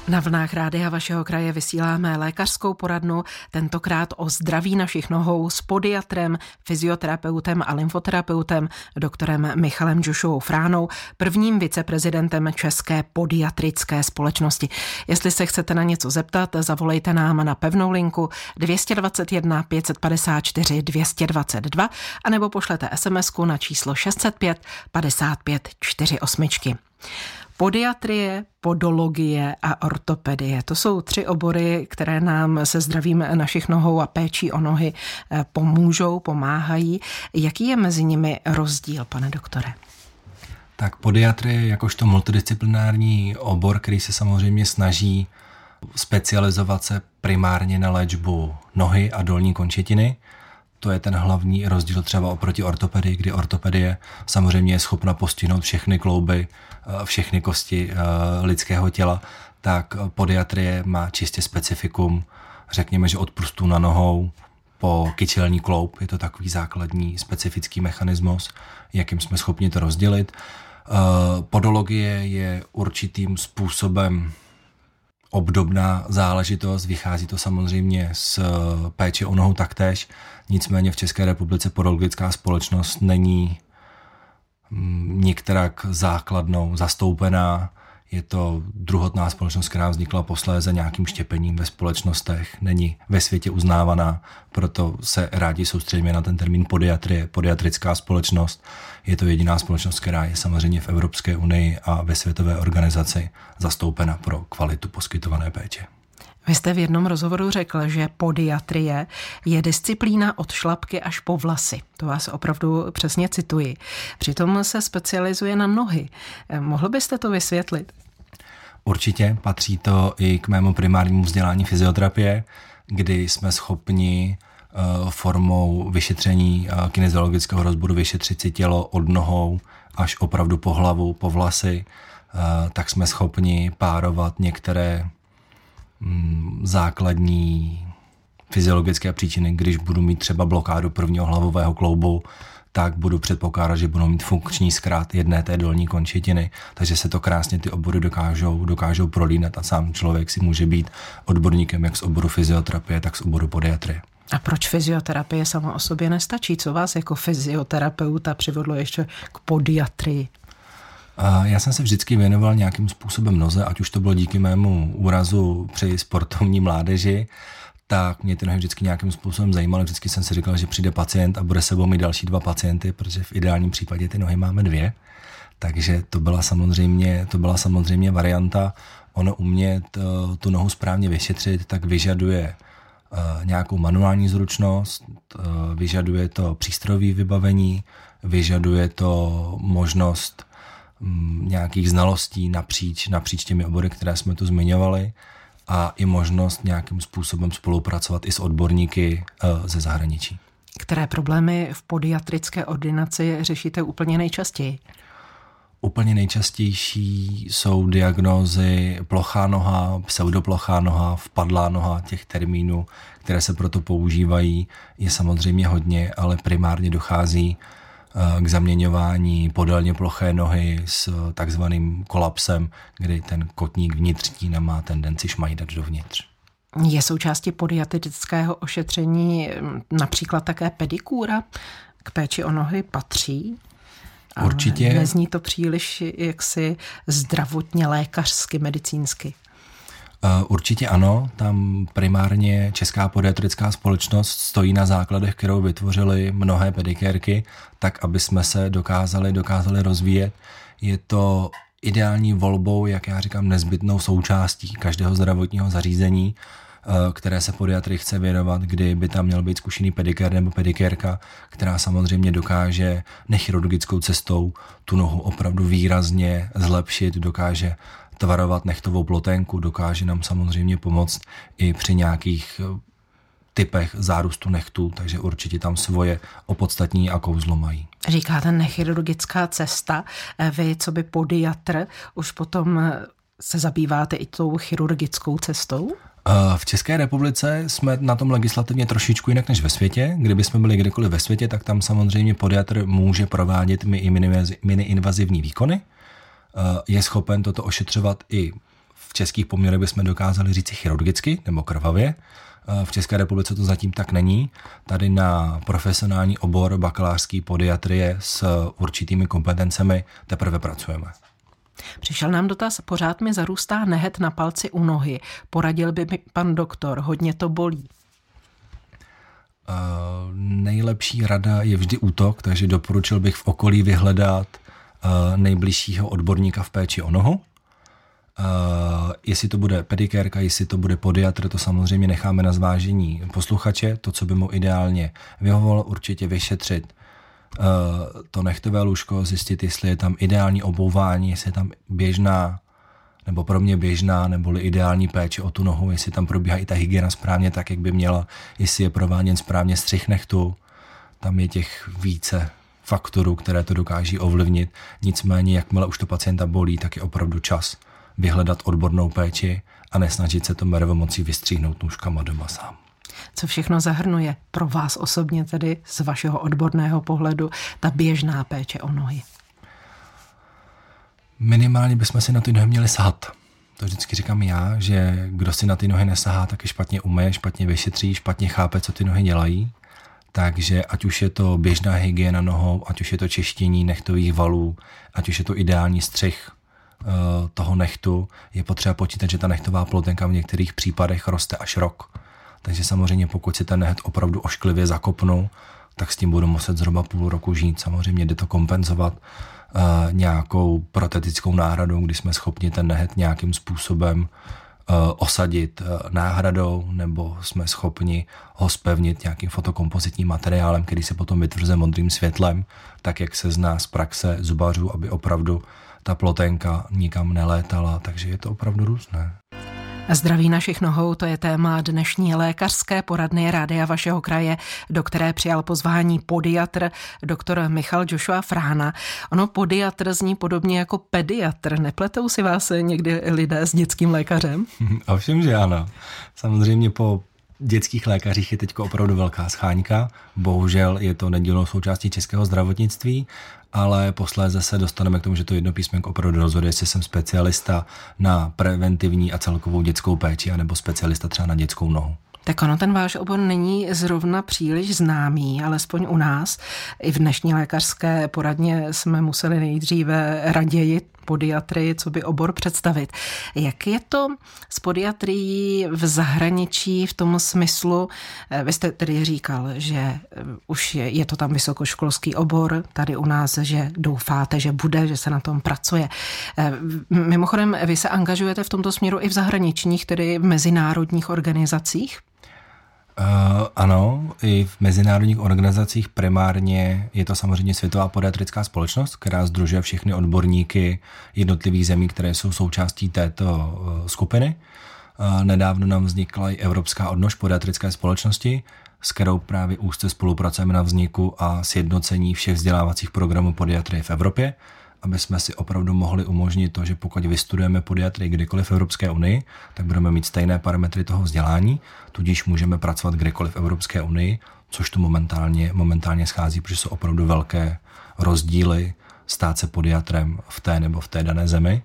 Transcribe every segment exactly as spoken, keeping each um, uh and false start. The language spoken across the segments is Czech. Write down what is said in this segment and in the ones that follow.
Na vlnách rádia vašeho kraje vysíláme lékařskou poradnu, tentokrát o zdraví našich nohou s podiatrem, fyzioterapeutem a lymfoterapeutem, doktorem Michalem Džušovou Fránou, prvním viceprezidentem České podiatrické společnosti. Jestli se chcete na něco zeptat, zavolejte nám na pevnou linku dvě dva jedna pět pět čtyři dvě dva dva anebo pošlete SMSku na číslo šest set pět padesát pět čtyřicet osm. Podiatrie, podologie a ortopedie. To jsou tři obory, které nám se zdravím našich nohou a péčí o nohy pomůžou, pomáhají. Jaký je mezi nimi rozdíl, pane doktore? Tak podiatrie jakožto multidisciplinární obor, který se samozřejmě snaží specializovat se primárně na léčbu nohy a dolní končetiny. To je ten hlavní rozdíl třeba oproti ortopedii, kdy ortopedie samozřejmě je schopna postihnout všechny klouby, všechny kosti lidského těla, tak podiatrie má čistě specifikum, řekněme, že od prstů na nohou po kyčelní kloub, je to takový základní specifický mechanismus, jakým jsme schopni to rozdělit. Podologie je určitým způsobem obdobná záležitost, vychází to samozřejmě z péče o nohu taktéž, nicméně v České republice podologická společnost není některak základnou zastoupená. Je to druhotná společnost, která vznikla posléze nějakým štěpením ve společnostech, není ve světě uznávaná, proto se rádi soustředíme na ten termín podiatrie, podiatrická společnost. Je to jediná společnost, která je samozřejmě v Evropské unii a ve světové organizaci zastoupena pro kvalitu poskytované péče. Vy jste v jednom rozhovoru řekl, že podiatrie je disciplína od šlapky až po vlasy. To vás opravdu přesně cituji. Přitom se specializuje na nohy. Mohl byste to vysvětlit? Určitě, patří to i k mému primárnímu vzdělání fyzioterapie, kdy jsme schopni uh, formou vyšetření uh, kinesiologického rozboru vyšetřit si tělo od nohou až opravdu po hlavu, po vlasy, uh, tak jsme schopni párovat některé základní fyziologické příčiny. Když budu mít třeba blokádu prvního hlavového kloubu, tak budu předpokládat, že budu mít funkční zkrát jedné té dolní končetiny. Takže se to krásně ty obory dokážou, dokážou prolínat a sám člověk si může být odborníkem jak z oboru fyzioterapie, tak z oboru podiatrie. A proč fyzioterapie sama o sobě nestačí? Co vás jako fyzioterapeuta přivedlo ještě k podiatrii? Já jsem se vždycky věnoval nějakým způsobem noze, ať už to bylo díky mému úrazu při sportovní mládeži, tak mě ty nohy vždycky nějakým způsobem zajímaly. Vždycky jsem si říkal, že přijde pacient a bude sebou mít další dva pacienty, protože v ideálním případě ty nohy máme dvě. Takže to byla samozřejmě, to byla samozřejmě varianta. Ono umět tu nohu správně vyšetřit, tak vyžaduje nějakou manuální zručnost, vyžaduje to přístrojové vybavení, vyžaduje to možnost nějakých znalostí napříč, napříč těmi obory, které jsme tu zmiňovali a i možnost nějakým způsobem spolupracovat i s odborníky ze zahraničí. Které problémy v podiatrické ordinaci řešíte úplně nejčastěji? Úplně nejčastější jsou diagnózy plochá noha, pseudoplochá noha, vpadlá noha, těch termínů, které se proto používají, je samozřejmě hodně, ale primárně dochází k zaměňování podélně ploché nohy s takzvaným kolapsem, kdy ten kotník vnitřní má tendenci šmajdat dovnitř. Je součástí podiatrického ošetření například také pedikúra? K péči o nohy patří? Určitě. Nezní to příliš jaksi zdravotně, lékařsky, medicínsky? Určitě ano, tam primárně Česká podiatrická společnost stojí na základech, kterou vytvořily mnohé pedikérky, tak aby jsme se dokázali, dokázali rozvíjet. Je to ideální volbou, jak já říkám, nezbytnou součástí každého zdravotního zařízení, které se podiatrii chce věnovat, kdy by tam měl být zkušený pedikér nebo pedikérka, která samozřejmě dokáže nechirurgickou cestou tu nohu opravdu výrazně zlepšit, dokáže tvarovat nechtovou ploténku, dokáže nám samozřejmě pomoct i při nějakých typech zárůstu nechtů, takže určitě tam svoje opodstatnění a kouzlo mají. Říkáte nechirurgická cesta. Vy, co by podiatr, už potom se zabýváte i tou chirurgickou cestou? V České republice jsme na tom legislativně trošičku jinak než ve světě. Kdyby jsme byli kdekoliv ve světě, tak tam samozřejmě podiatr může provádět mini-invazivní výkony. Je schopen toto ošetřovat i v českých poměrech bychom dokázali říct chirurgicky nebo krvavě. V České republice to zatím tak není. Tady na profesionální obor bakalářský podiatrie s určitými kompetencemi teprve pracujeme. Přišel nám dotaz, pořád mi zarůstá nehet na palci u nohy. Poradil by mi pan doktor, hodně to bolí. Uh, nejlepší rada je vždy útok, takže doporučil bych v okolí vyhledat uh, nejbližšího odborníka v péči o nohu. Uh, jestli to bude pedikérka, jestli to bude podiatr, to samozřejmě necháme na zvážení posluchače. To, co by mu ideálně vyhovovalo, určitě vyšetřit uh, to nechtové lůžko, zjistit, jestli je tam ideální obouvání, jestli je tam běžná, nebo pro mě běžná, neboli ideální péče o tu nohu, jestli tam probíhá i ta hygiena správně tak, jak by měla, jestli je prováděn správně střih nechtu. Tam je těch více faktorů, které to dokáží ovlivnit. Nicméně, jakmile už to pacienta bolí, tak je opravdu čas vyhledat odbornou péči a nesnažit se to mervomocí vystříhnout nůžkama doma sám. Co všechno zahrnuje pro vás osobně tedy z vašeho odborného pohledu ta běžná péče o nohy? Minimálně bychom si na ty nohy měli sahat. To vždycky říkám já, že kdo si na ty nohy nesahá, tak je špatně umyje, špatně vyšetří, špatně chápe, co ty nohy dělají. Takže ať už je to běžná hygiena nohou, ať už je to čištění nechtových valů, ať už je to ideální střih toho nechtu, je potřeba počítat, že ta nechtová plotenka v některých případech roste až rok. Takže samozřejmě pokud si ten neht opravdu ošklivě zakopnu, tak s tím budu muset zhruba půl roku žít. Samozřejmě jde to kompenzovat uh, nějakou protetickou náhradou, kdy jsme schopni ten nehet nějakým způsobem uh, osadit uh, náhradou, nebo jsme schopni ho zpevnit nějakým fotokompozitním materiálem, který se potom vytvrze modrým světlem, tak jak se zná z praxe zubařů, aby opravdu ta plotenka nikam nelétala, takže je to opravdu různé. Zdraví našich nohou, to je téma dnešní lékařské poradny Rádia vašeho kraje, do které přijal pozvání podiatr doktor Michal Joshua Frána. Ono podiatr zní podobně jako pediatr. Nepletou si vás někdy lidé s dětským lékařem? Ovšem, že ano. Samozřejmě po dětských lékařích je teď opravdu velká scháňka. Bohužel je to nedílnou součástí českého zdravotnictví, ale posléze se dostaneme k tomu, že to jedno písmenko opravdu rozhoduje, jestli jsem specialista na preventivní a celkovou dětskou péči, anebo specialista třeba na dětskou nohu. Tak ono, ten váš obor není zrovna příliš známý, alespoň u nás. I v dnešní lékařské poradně jsme museli nejdříve raději podiatrii, co by obor představit. Jak je to s podiatrií v zahraničí v tom smyslu, vy jste tedy říkal, že už je, je to tam vysokoškolský obor, tady u nás, že doufáte, že bude, že se na tom pracuje. Mimochodem, vy se angažujete v tomto směru i v zahraničních, tedy v mezinárodních organizacích? Uh, ano, i v mezinárodních organizacích primárně je to samozřejmě Světová podiatrická společnost, která sdružuje všechny odborníky jednotlivých zemí, které jsou součástí této uh, skupiny. Uh, nedávno nám vznikla i Evropská odnož podiatrické společnosti, s kterou právě úzce spolupracujeme na vzniku a sjednocení všech vzdělávacích programů podiatrie v Evropě, aby jsme si opravdu mohli umožnit to, že pokud vystudujeme podiatrii kdekoliv v Evropské unii, tak budeme mít stejné parametry toho vzdělání, tudíž můžeme pracovat kdekoliv v Evropské unii, což tu momentálně, momentálně schází, protože jsou opravdu velké rozdíly stát se podiatrem v té nebo v té dané zemi.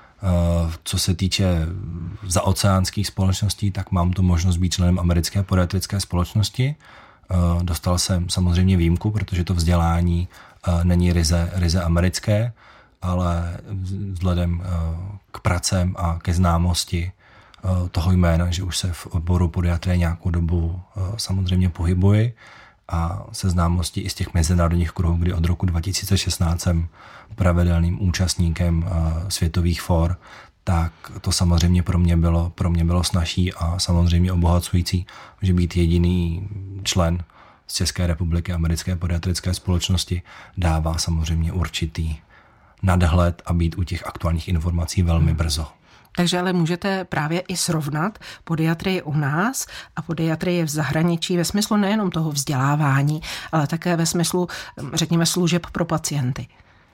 Co se týče zaoceánských společností, tak mám tu možnost být členem americké podiatrické společnosti. Dostal jsem samozřejmě výjimku, protože to vzdělání není ryze, ryze americké, ale vzhledem k pracem a ke známosti toho jména, že už se v oboru podiatrie nějakou dobu samozřejmě pohybuji a se známostí i z těch mezinárodních kruhů, kdy od roku dva tisíce šestnáct jsem pravidelným účastníkem světových for, tak to samozřejmě pro mě bylo, pro mě bylo snazší a samozřejmě obohacující, že být jediný člen z České republiky americké podiatrické společnosti dává samozřejmě určitý nadhled a být u těch aktuálních informací velmi brzo. Takže ale můžete právě i srovnat podiatrii u nás a podiatrii v zahraničí ve smyslu nejenom toho vzdělávání, ale také ve smyslu, řekněme, služeb pro pacienty.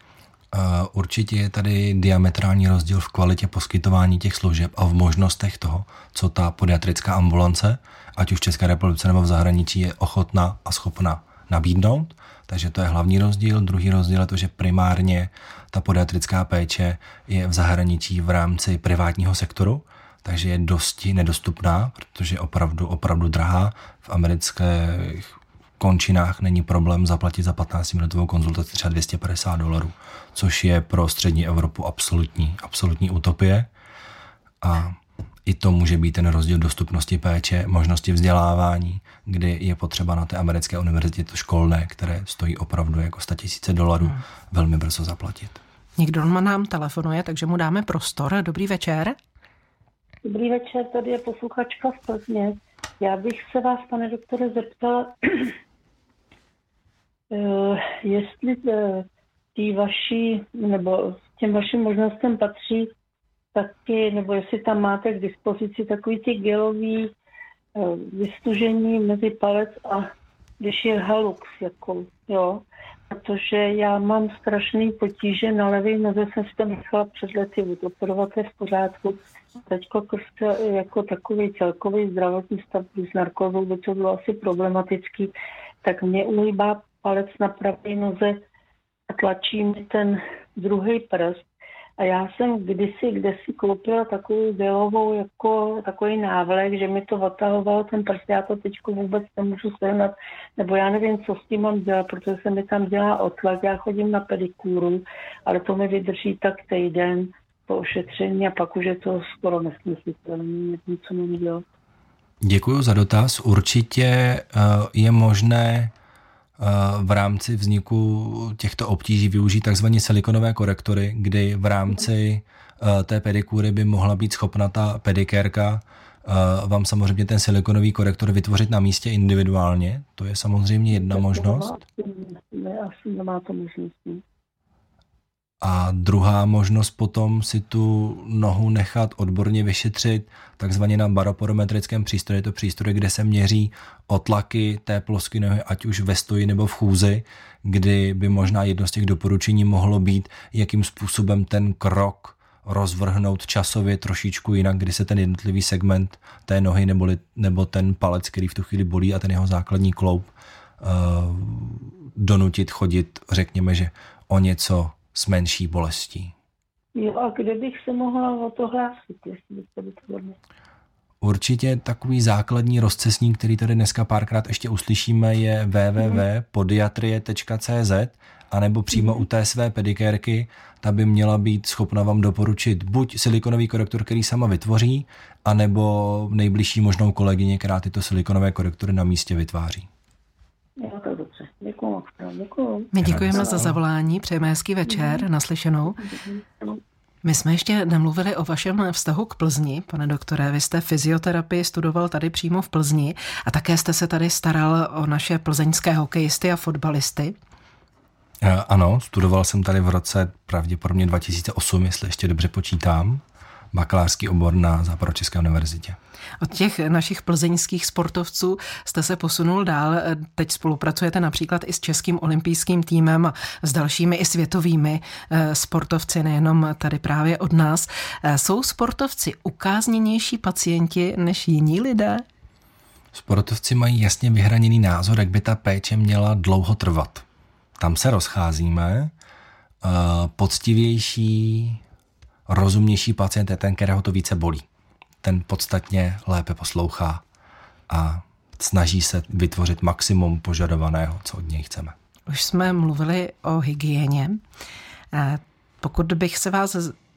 Určitě je tady diametrální rozdíl v kvalitě poskytování těch služeb a v možnostech toho, co ta podiatrická ambulance, ať už v České republice nebo v zahraničí, je ochotná a schopná nabídnout. Takže to je hlavní rozdíl. Druhý rozdíl je to, že primárně ta podiatrická péče je v zahraničí v rámci privátního sektoru, takže je dosti nedostupná, protože je opravdu, opravdu drahá. V amerických končinách není problém zaplatit za patnáctiminutovou konzultaci třeba dvě stě padesát dolarů, což je pro střední Evropu absolutní, absolutní utopie. A i to může být ten rozdíl dostupnosti péče, možnosti vzdělávání, kdy je potřeba na té americké univerzitě to školné, které stojí opravdu jako sto tisíc dolarů, hmm. velmi brzo zaplatit. Někdo nám telefonuje, takže mu dáme prostor. Dobrý večer. Dobrý večer, tady je posluchačka z Plzně. Já bych se vás, pane doktore, zeptala, jestli tý vaší, nebo těm vašim možnostem patří taky, nebo jestli tam máte k dispozici takový ty gelový vystužení mezi palec a když je halux, jako, jo. Protože já mám strašný potíže na levé noze, jsem si to nechala před lety odoperovat, je v pořádku. Teďko krste jako takový celkový zdravotní stav s narkózou, by to bylo asi problematický, tak mě uhýbá palec na pravé noze a tlačí mi ten druhý prst. A já jsem kdysi, kde si koupila takovou gelovou, jako takový návlek, že mi to otahoval ten prst, já to teď vůbec nemůžu sehnat, nebo já nevím, co s tím mám dělat, protože se mi tam dělá otlak, já chodím na pedikúru, ale to mi vydrží tak týden po ošetření a pak už je to skoro nesmyslitelné, co mám dělat. Děkuju za dotaz. Určitě uh, je možné v rámci vzniku těchto obtíží využít takzvané silikonové korektory, kdy v rámci té pedikúry by mohla být schopna ta pedikérka vám samozřejmě ten silikonový korektor vytvořit na místě individuálně. To je samozřejmě jedna možnost. Ne, asi nemá to možnost. A druhá možnost potom si tu nohu nechat odborně vyšetřit takzvaně na baroporometrickém přístroji. Je to přístroj, kde se měří otlaky té plosky nohy, ať už ve stoji nebo v chůzi, kdy by možná jedno z těch doporučení mohlo být, jakým způsobem ten krok rozvrhnout časově trošičku jinak, kdy se ten jednotlivý segment té nohy nebo, nebo ten palec, který v tu chvíli bolí a ten jeho základní kloup uh, donutit chodit, řekněme, že o něco s menší bolestí. Jo, a kde bych se mohla o to hlásit, jestli byste vytvořili? Určitě takový základní rozcestník, který tady dneska párkrát ještě uslyšíme, je w w w tečka podiatrie tečka c z anebo přímo u té své pedikérky. Ta by měla být schopna vám doporučit buď silikonový korektor, který sama vytvoří, anebo nejbližší možnou kolegyně, která tyto silikonové korektory na místě vytváří. Jo, tak dobře. Děkuju. Děkuju. My děkujeme za zavolání, přejeme hezký večer, naslyšenou. My jsme ještě nemluvili o vašem vztahu k Plzni, pane doktore. Vy jste fyzioterapii studoval tady přímo v Plzni a také jste se tady staral o naše plzeňské hokejisty a fotbalisty. Ano, studoval jsem tady v roce pravděpodobně dva tisíce osm, jestli ještě dobře počítám, bakalářský obor na Západočeské univerzitě. Od těch našich plzeňských sportovců jste se posunul dál. Teď spolupracujete například i s českým olympijským týmem a s dalšími i světovými sportovci, nejenom tady právě od nás. Jsou sportovci ukázněnější pacienti než jiní lidé? Sportovci mají jasně vyhraněný názor, jak by ta péče měla dlouho trvat. Tam se rozcházíme. Poctivější, rozumnější pacient je ten, kterého to více bolí. Ten podstatně lépe poslouchá a snaží se vytvořit maximum požadovaného, co od něj chceme. Už jsme mluvili o hygieně. Pokud bych se vás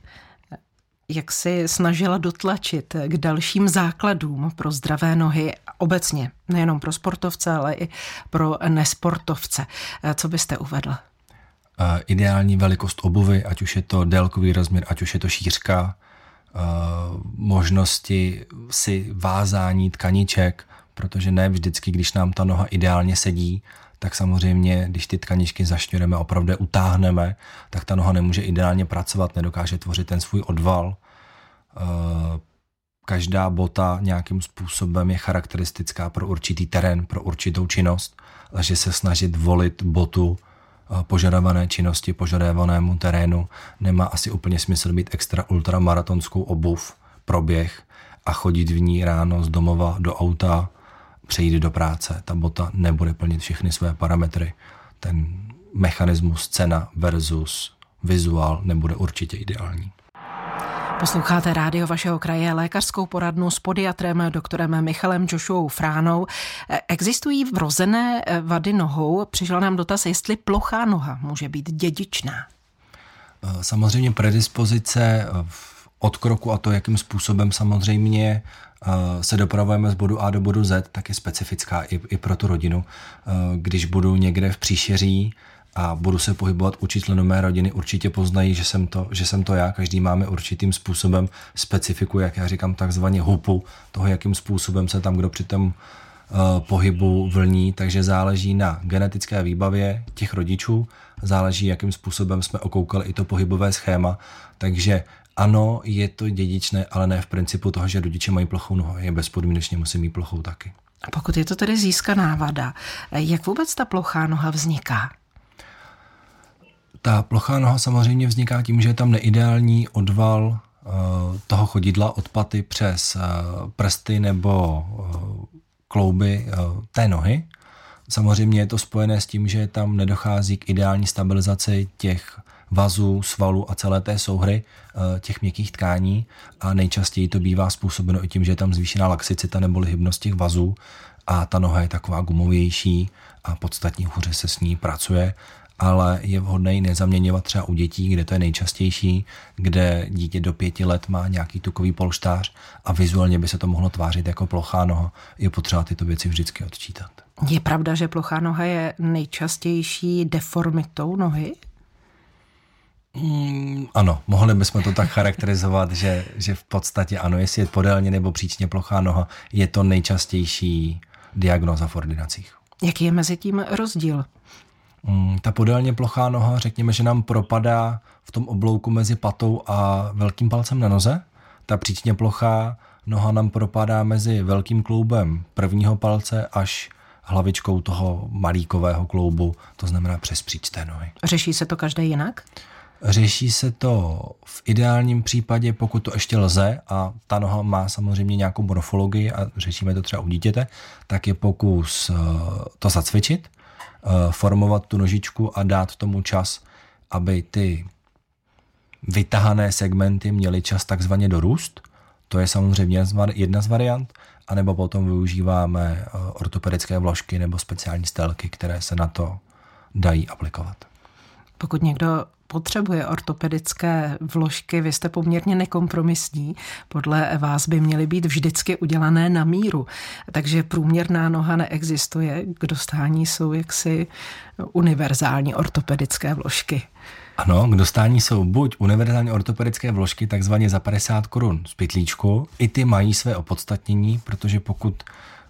jaksi snažila dotlačit k dalším základům pro zdravé nohy obecně, nejenom pro sportovce, ale i pro nesportovce, co byste uvedl? Ideální velikost obuvy, ať už je to délkový rozměr, ať už je to šířka, možnosti si vázání tkaniček, protože ne vždycky, když nám ta noha ideálně sedí, tak samozřejmě, když ty tkaničky zašňureme, opravdu utáhneme, tak ta noha nemůže ideálně pracovat, nedokáže tvořit ten svůj odval. Každá bota nějakým způsobem je charakteristická pro určitý terén, pro určitou činnost, takže se snažit volit botu požadované činnosti, požadovanému terénu. Nemá asi úplně smysl mít extra ultramaratonskou obuv pro běh a chodit v ní ráno z domova do auta přejít do práce. Ta bota nebude plnit všechny své parametry. Ten mechanismus cena versus vizuál nebude určitě ideální. Posloucháte rádio vašeho kraje, lékařskou poradnu s podiatrem doktorem Michalem Joshuou Fránou. Existují vrozené vady nohou? Přišel nám dotaz, jestli plochá noha může být dědičná. Samozřejmě predispozice od kroku a to, jakým způsobem samozřejmě se dopravujeme z bodu A do bodu Z, tak je specifická i, i pro tu rodinu. Když budu někde v příšeří a budu se pohybovat u členů mé rodiny, určitě poznají, že jsem to, že jsem to já. Každý máme určitým způsobem specifiku, jak já říkám, takzvaně hupu, toho, jakým způsobem se tam kdo při tom uh, pohybu vlní, takže záleží na genetické výbavě těch rodičů, záleží, jakým způsobem jsme okoukali i to pohybové schéma, takže ano, je to dědičné, ale ne v principu toho, že rodiče mají plochou nohu, je bezpodmínečně musí mít plochou taky. A pokud je to tedy získaná vada, jak vůbec ta plochá noha vzniká? Ta plochá noha samozřejmě vzniká tím, že je tam neideální odval uh, toho chodidla od paty přes uh, prsty nebo uh, klouby uh, té nohy. Samozřejmě je to spojené s tím, že tam nedochází k ideální stabilizaci těch vazů, svalů a celé té souhry uh, těch měkkých tkání a nejčastěji to bývá způsobeno i tím, že je tam zvýšená laxicita nebo hybnost těch vazů a ta noha je taková gumovější a podstatně hůře se s ní pracuje. Ale je vhodné ji nezaměňovat třeba u dětí, kde to je nejčastější, kde dítě do pěti let má nějaký tukový polštář a vizuálně by se to mohlo tvářit jako plochá noha. Je potřeba tyto věci vždycky odčítat. Je pravda, že plochá noha je nejčastější deformitou nohy? Mm, ano, mohli bychom to tak charakterizovat, že, že v podstatě ano, jestli je podélně nebo příčně plochá noha, je to nejčastější diagnóza v ordinacích. Jaký je mezi tím rozdíl? Ta podélně plochá noha, řekněme, že nám propadá v tom oblouku mezi patou a velkým palcem na noze. Ta příčně plochá noha nám propadá mezi velkým kloubem prvního palce až hlavičkou toho malíkového kloubu, to znamená přes příč té nohy. Řeší se to každé jinak? Řeší se to v ideálním případě, pokud to ještě lze a ta noha má samozřejmě nějakou morfologii a řešíme to třeba u dítěte, tak je pokus to zacvičit, formovat tu nožičku a dát tomu čas, aby ty vytahané segmenty měly čas takzvaně dorůst. To je samozřejmě jedna z variant, anebo potom využíváme ortopedické vložky nebo speciální stélky, které se na to dají aplikovat. Pokud někdo potřebuje ortopedické vložky, vy jste poměrně nekompromisní. Podle vás by měly být vždycky udělané na míru. Takže průměrná noha neexistuje. K dostání jsou jaksi univerzální ortopedické vložky. Ano, k dostání jsou buď univerzální ortopedické vložky, takzvaně za padesát korun z pytlíčku. I ty mají své opodstatnění, protože pokud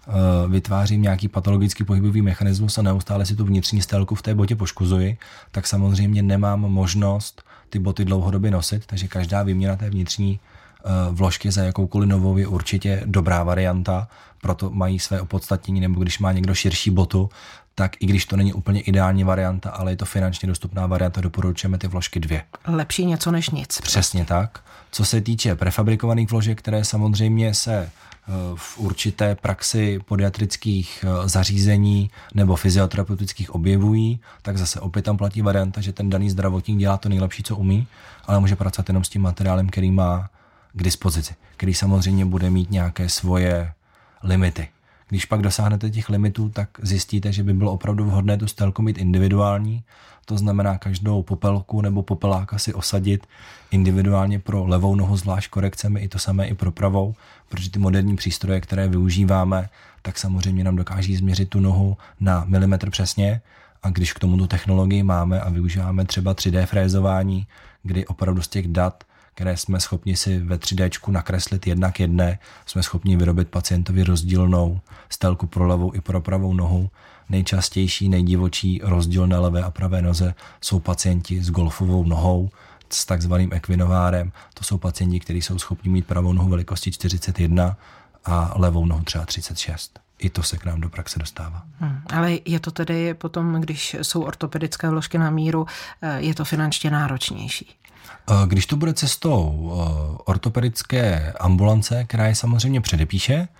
vytvářím nějaký patologický pohybový mechanismus a neustále si tu vnitřní stélku v té botě poškozuji, tak samozřejmě nemám možnost ty boty dlouhodobě nosit, takže každá výměna té vnitřní vložky za jakoukoliv novou je určitě dobrá varianta, proto mají své opodstatnění, nebo když má někdo širší botu, tak i když to není úplně ideální varianta, ale je to finančně dostupná varianta, doporučujeme ty vložky dvě. Lepší něco než nic. Přesně tak. Co se týče prefabrikovaných vložek, které samozřejmě se v určité praxi podiatrických zařízení nebo fyzioterapeutických objevují, tak zase opět tam platí varianta, že ten daný zdravotník dělá to nejlepší, co umí, ale může pracovat jenom s tím materiálem, který má k dispozici, který samozřejmě bude mít nějaké svoje limity. Když pak dosáhnete těch limitů, tak zjistíte, že by bylo opravdu vhodné tu stélku mít individuální, to znamená každou popelku nebo popeláka si osadit individuálně pro levou nohu zvlášť korekcemi, i to samé i pro pravou, protože ty moderní přístroje, které využíváme, tak samozřejmě nám dokáží změřit tu nohu na milimetr přesně a když k tomu tu technologii máme a využíváme třeba tři dé frézování, kdy opravdu z těch dat, které jsme schopni si ve tři déčku nakreslit jedna k jedné, jsme schopni vyrobit pacientovi rozdílnou stélku pro levou i pro pravou nohu. Nejčastější, nejdivočí rozdíl na levé a pravé noze jsou pacienti s golfovou nohou, s takzvaným ekvinovárem. To jsou pacienti, kteří jsou schopni mít pravou nohu velikosti čtyřicet jedna a levou nohu třeba třicet šest. I to se k nám do praxe dostává. Hmm, ale je to tedy potom, když jsou ortopedické vložky na míru, je to finančně náročnější? Když to bude cestou ortopedické ambulance, která je samozřejmě předepíše,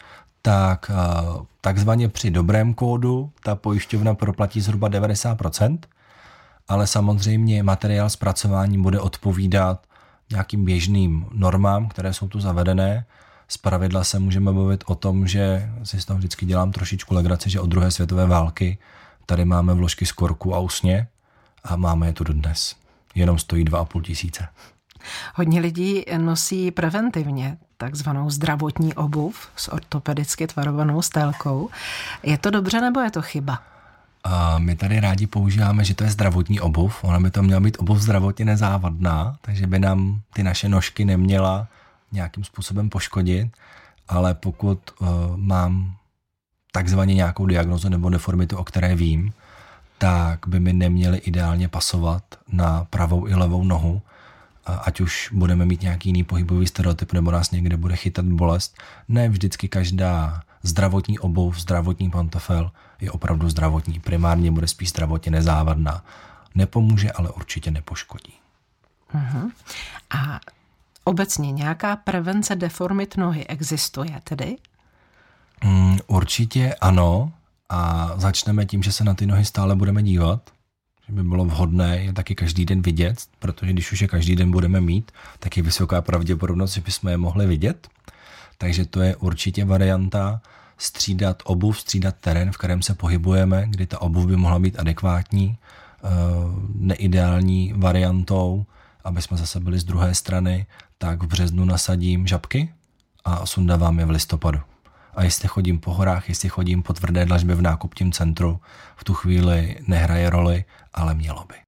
tak takzvaně při dobrém kódu ta pojišťovna proplatí zhruba devadesát procent, ale samozřejmě materiál zpracování bude odpovídat nějakým běžným normám, které jsou tu zavedené. Zpravidla se můžeme bavit o tom, že si z toho vždycky dělám trošičku legraci, že od druhé světové války tady máme vložky z korku a usně a máme je tu dodnes. Jenom stojí dva a půl tisíce. Hodně lidí nosí preventivně takzvanou zdravotní obuv s ortopedicky tvarovanou stélkou. Je to dobře nebo je to chyba? A my tady rádi používáme, že to je zdravotní obuv. Ona by to měla být obuv zdravotně nezávadná, takže by nám ty naše nožky neměla nějakým způsobem poškodit, ale pokud uh, mám takzvaně nějakou diagnózu nebo deformitu, o které vím, tak by mi neměly ideálně pasovat na pravou i levou nohu, ať už budeme mít nějaký jiný pohybový stereotyp nebo nás někde bude chytat bolest. Ne vždycky každá zdravotní obuv, zdravotní pantofel je opravdu zdravotní. Primárně bude spíš zdravotně nezávadná. Nepomůže, ale určitě nepoškodí. Uh-huh. A obecně nějaká prevence deformit nohy existuje tedy? Mm, určitě ano. A začneme tím, že se na ty nohy stále budeme dívat. Že by bylo vhodné je taky každý den vidět, protože když už je každý den budeme mít, tak je vysoká pravděpodobnost, že bychom je mohli vidět. Takže to je určitě varianta střídat obuv, střídat terén, v kterém se pohybujeme, kdy ta obuv by mohla být adekvátní, neideální variantou, aby jsme zase byli z druhé strany, tak v březnu nasadím žabky a sundávám je v listopadu. A jestli chodím po horách, jestli chodím po tvrdé dlažbě v nákupním centru, v tu chvíli nehraje roli, ale mělo by.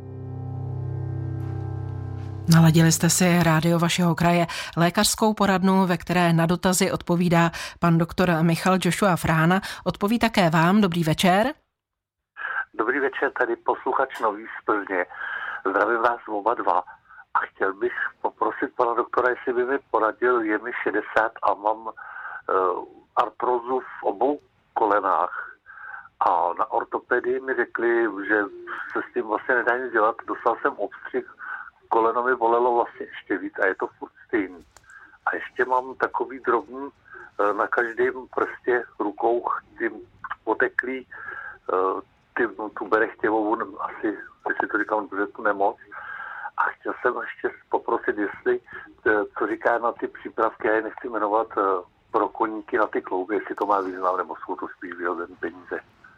Naladili jste si rádio vašeho kraje, lékařskou poradnu, ve které na dotazy odpovídá pan doktor Michal Joshua Frána. Odpoví také vám. Dobrý večer. Dobrý večer, tady posluchač Nový z Plzně. Zdravím vás oba dva. A chtěl bych poprosit pana doktora, jestli by mi poradil, je mi šedesát a mám uh, artrózu v obou kolenách. A na ortopedii mi řekli, že se s tím vlastně nedá nic dělat. Dostal jsem obstřih, koleno mi bolelo vlastně ještě víc a je to furt stejný. A ještě mám takový drobný na každém prstě rukou tím oteklý ty, tu berechtěvou, asi, jestli to říkám, že tu nemoc. A chtěl jsem ještě poprosit, jestli, co říká na ty přípravky, já je nechci jmenovat, pro koníky na ty klouby, jestli to má význam, nebo jsou to spíš vyhozené peníze.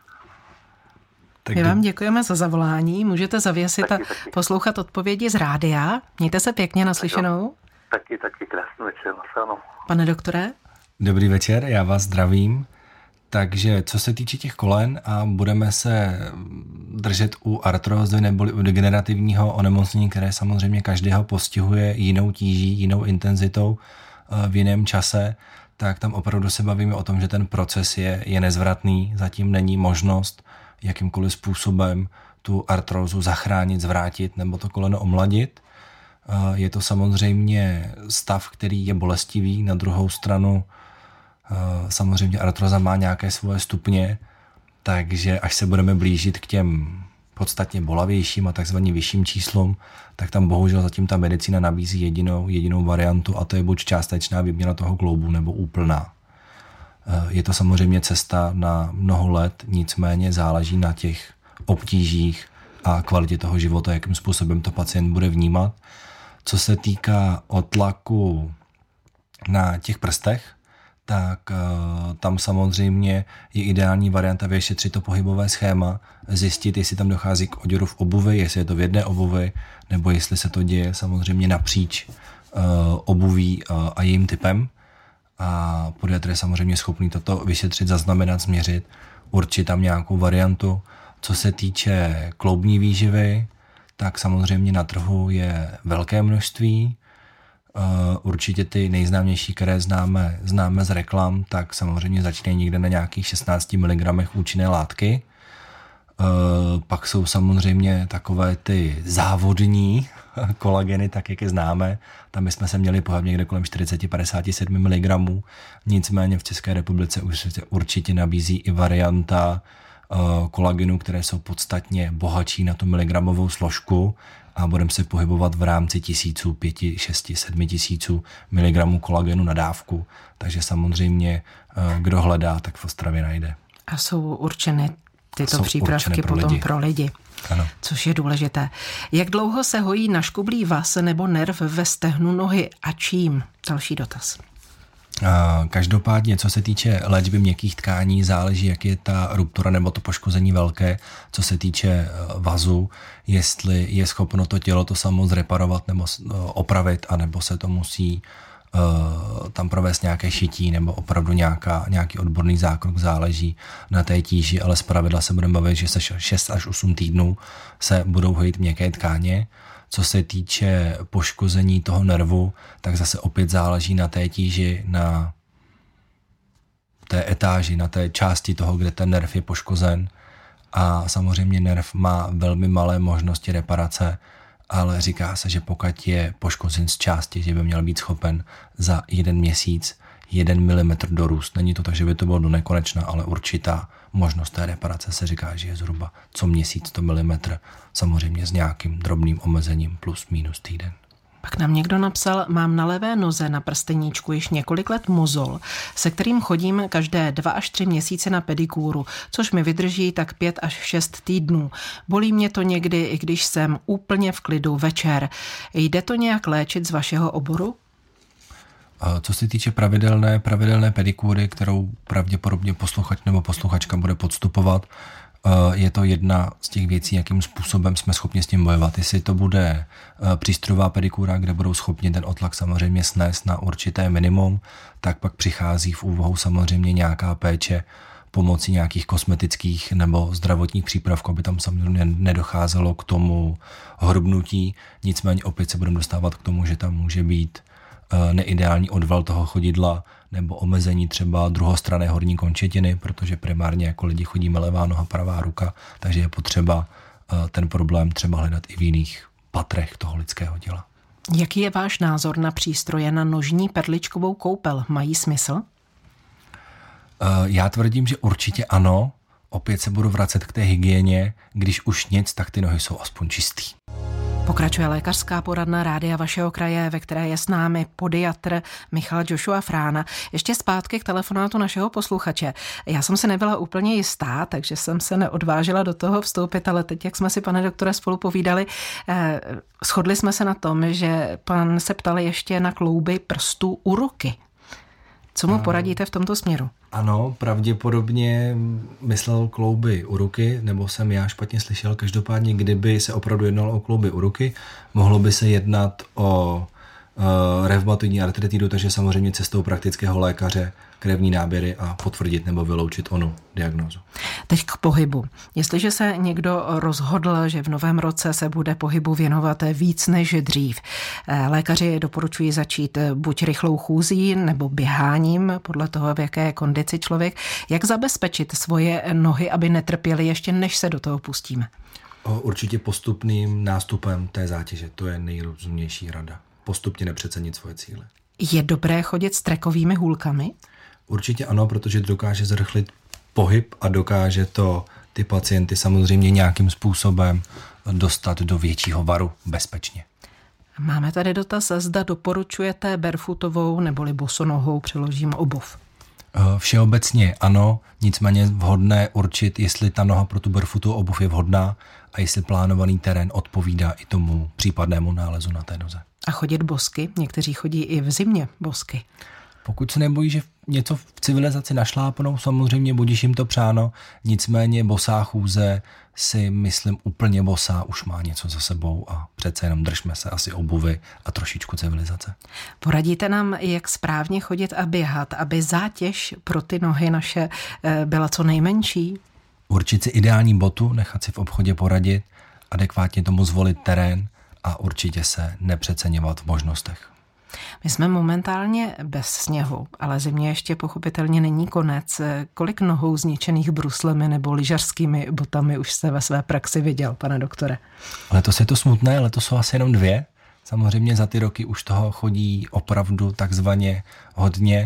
Tak my vám děkujeme za zavolání, můžete zavěsit taky, a taky. poslouchat odpovědi z rádia. Mějte se pěkně, naslyšenou. Taky, taky, krásný večer, naslyšenou. Pane doktore? Dobrý večer, já vás zdravím. Takže co se týče těch kolen a budeme se držet u artrózy nebo u degenerativního onemocnění, které samozřejmě každého postihuje jinou tíží, jinou intenzitou v jiném čase, tak tam opravdu se bavíme o tom, že ten proces je, je nezvratný, zatím není možnost jakýmkoliv způsobem tu artrózu zachránit, zvrátit nebo to koleno omladit. Je to samozřejmě stav, který je bolestivý, na druhou stranu samozřejmě artróza má nějaké svoje stupně, takže až se budeme blížit k těm podstatně bolavějším a takzvaně vyšším číslům, tak tam bohužel zatím ta medicína nabízí jedinou, jedinou variantu a to je buď částečná výměna toho kloubu nebo úplná. Je to samozřejmě cesta na mnoho let, nicméně záleží na těch obtížích a kvalitě toho života, jakým způsobem to pacient bude vnímat. Co se týká otlaku na těch prstech, tak uh, tam samozřejmě je ideální varianta vyšetřit to pohybové schéma, zjistit, jestli tam dochází k oděru v obuvi, jestli je to v jedné obuvi, nebo jestli se to děje samozřejmě napříč uh, obuví uh, a jejím typem. A podiatr je samozřejmě schopný toto vyšetřit, zaznamenat, změřit, určit tam nějakou variantu. Co se týče kloubní výživy, tak samozřejmě na trhu je velké množství. Určitě ty nejznámější, které známe, známe z reklam, tak samozřejmě začínají někde na nějakých šestnáct miligramů účinné látky. Pak jsou samozřejmě takové ty závodní kolageny, tak jak je známe. Tam bychom se měli pohybovat někde kolem čtyřicet až padesát sedm miligramů. Nicméně v České republice určitě nabízí i varianta kolagenu, které jsou podstatně bohatší na tu miligramovou složku a budeme se pohybovat v rámci tisíců, pěti, šesti, sedmi tisíců miligramů kolagenu na dávku. Takže samozřejmě, kdo hledá, tak v Ostravě najde. A jsou určeny tyto jsou přípravky pro potom lidi. pro lidi, ano. Což je důležité. Jak dlouho se hojí naškublý vaz nebo nerv ve stehnu nohy a čím? Další dotaz. Každopádně, co se týče léčby měkkých tkání, záleží, jak je ta ruptura nebo to poškození velké. Co se týče vazu, jestli je schopno to tělo to samo zreparovat nebo opravit, anebo se to musí uh, tam provést nějaké šití nebo opravdu nějaká, nějaký odborný zákrok, záleží na té tíži, ale zpravidla se budeme bavit, že se šest až osm týdnů se budou hojit měkké tkáně. Co se týče poškození toho nervu, tak zase opět záleží na té tíži, na té etáži, na té části toho, kde ten nerv je poškozen. A samozřejmě nerv má velmi malé možnosti reparace, ale říká se, že pokud je poškozen z části, že by měl být schopen za jeden měsíc jeden milimetr dorůst. Není to tak, že by to bylo do nekonečna, ale určitá možnost té reparace se říká, že je zhruba co měsíc sto milimetrů, samozřejmě s nějakým drobným omezením plus minus týden. Pak nám někdo napsal, mám na levé noze na prsteníčku již několik let mozol, se kterým chodím každé dva až tři měsíce na pedikúru, což mi vydrží tak pět až šest týdnů. Bolí mě to někdy, i když jsem úplně v klidu večer. Jde to nějak léčit z vašeho oboru? Co se týče pravidelné, pravidelné pedikúry, kterou pravděpodobně posluchač nebo posluchačka bude podstupovat, je to jedna z těch věcí, jakým způsobem jsme schopni s tím bojovat. Jestli to bude přístrojová pedikúra, kde budou schopni ten otlak samozřejmě snést na určité minimum, tak pak přichází v úvahu samozřejmě nějaká péče pomocí nějakých kosmetických nebo zdravotních přípravků, aby tam samozřejmě nedocházelo k tomu hrubnutí. Nicméně opět se budeme dostávat k tomu, že tam může být neideální odval toho chodidla nebo omezení třeba druhostranné horní končetiny, protože primárně jako lidi chodíme levá noha, pravá ruka, takže je potřeba ten problém třeba hledat i v jiných patrech toho lidského těla. Jaký je váš názor na přístroje na nožní perličkovou koupel? Mají smysl? Já tvrdím, že určitě ano. Opět se budu vracet k té hygieně. Když už nic, tak ty nohy jsou aspoň čistý. Pokračuje lékařská poradna Rádia vašeho kraje, ve které je s námi podiatr Michal Joshua Frána. Ještě zpátky k telefonátu našeho posluchače. Já jsem se nebyla úplně jistá, takže jsem se neodvážila do toho vstoupit, ale teď, jak jsme si, pane doktore, spolu povídali, eh, shodli jsme se na tom, že pan se ptal ještě na klouby prstů u ruky. Co mu poradíte v tomto směru? Ano, pravděpodobně myslel klouby u ruky, nebo jsem já špatně slyšel. Každopádně, kdyby se opravdu jednalo o klouby u ruky, mohlo by se jednat o uh, revmatoidní artritidu, takže samozřejmě cestou praktického lékaře krevní náběry a potvrdit nebo vyloučit onu diagnózu. Teď k pohybu. Jestliže se někdo rozhodl, že v novém roce se bude pohybu věnovat víc než dřív, lékaři doporučují začít buď rychlou chůzí nebo běháním, podle toho, v jaké kondici člověk. Jak zabezpečit svoje nohy, aby netrpěly ještě než se do toho pustíme? Určitě postupným nástupem té zátěže. To je nejrozumnější rada. Postupně nepřecenit svoje cíle. Je dobré chodit s trekovými hůlkami? Určitě ano, protože dokáže zrychlit pohyb a dokáže to ty pacienty samozřejmě nějakým způsobem dostat do většího varu bezpečně. Máme tady dotaz, zda doporučujete barefootovou neboli bosonohou, přeložím, obuv. Všeobecně ano, nicméně vhodné určit, jestli ta noha pro tu barefootovou obuv je vhodná a jestli plánovaný terén odpovídá i tomu případnému nálezu na té noze. A chodit bosky? Někteří chodí i v zimě bosky. Pokud se nebojí, že něco v civilizaci našlápnou, samozřejmě budíš jim to přáno, nicméně bosá chůze si myslím úplně bosá už má něco za sebou a přece jenom držme se asi obuvy a trošičku civilizace. Poradíte nám, jak správně chodit a běhat, aby zátěž pro ty nohy naše byla co nejmenší? Určit si ideální botu, nechat si v obchodě poradit, adekvátně tomu zvolit terén a určitě se nepřeceňovat v možnostech. My jsme momentálně bez sněhu, ale zimě ještě pochopitelně není konec. Kolik nohou zničených bruslemi nebo lyžařskými botami už jste ve své praxi viděl, pane doktore? Letos je to smutné, letos jsou asi jenom dvě. Samozřejmě za ty roky už toho chodí opravdu takzvaně hodně.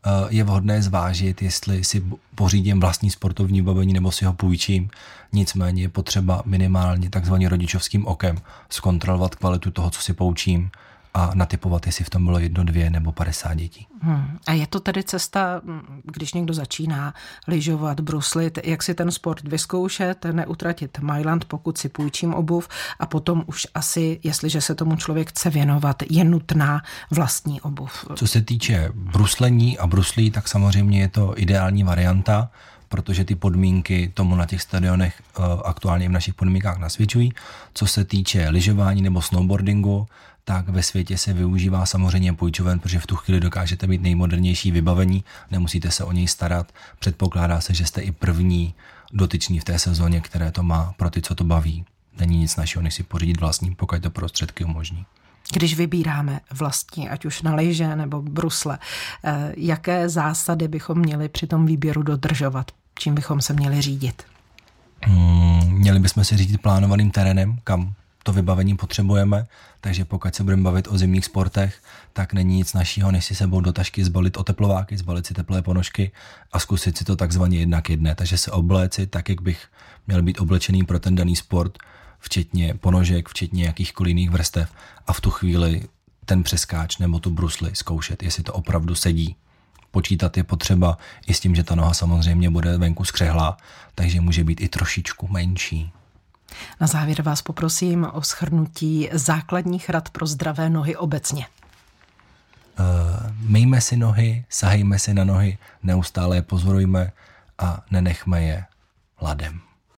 je vhodné zvážit, jestli si pořídím vlastní sportovní vybavení nebo si ho půjčím. Nicméně je potřeba minimálně takzvaně rodičovským okem zkontrolovat kvalitu toho, co si poučím a natypovat, jestli v tom bylo jedno, dvě nebo padesát dětí. Hmm. A je to tedy cesta, když někdo začíná lyžovat, bruslit, jak si ten sport vyzkoušet, neutratit majlant, pokud si půjčím obuv, a potom už asi, jestliže se tomu člověk chce věnovat, je nutná vlastní obuv. Co se týče bruslení a bruslí, tak samozřejmě je to ideální varianta, protože ty podmínky tomu na těch stadionech aktuálně v našich podmínkách nasvědčují. Co se týče lyžování nebo snowboardingu, tak ve světě se využívá samozřejmě půjčoven, protože v tu chvíli dokážete mít nejmodernější vybavení, nemusíte se o něj starat. Předpokládá se, že jste i první dotyčný v té sezóně, které to má pro ty, co to baví. Není nic našeho, než si pořídit vlastní, pokud to prostředky umožní. Když vybíráme vlastní, ať už na lyže nebo brusle, jaké zásady bychom měli při tom výběru dodržovat? Čím bychom se měli řídit? Hmm, měli bychom se řídit plánovaným terénem, kam to vybavení potřebujeme, takže pokud se budeme bavit o zimních sportech, tak není nic našího, než si sebou do tašky zbalit oteplováky, zbalit si teplé ponožky a zkusit si to takzvaně jednak jedné. Takže se obléci tak, jak bych měl být oblečený pro ten daný sport, včetně ponožek, včetně jakýchkoliv jiných vrstev, a v tu chvíli ten přeskáč nebo tu brusli zkoušet, jestli to opravdu sedí. Počítat je potřeba i s tím, že ta noha samozřejmě bude venku skřehlá, takže může být i trošičku menší. Na závěr vás poprosím o shrnutí základních rad pro zdravé nohy obecně. Uh, myjme si nohy, sahejme si na nohy, neustále je pozorujme a nenechme je ladem.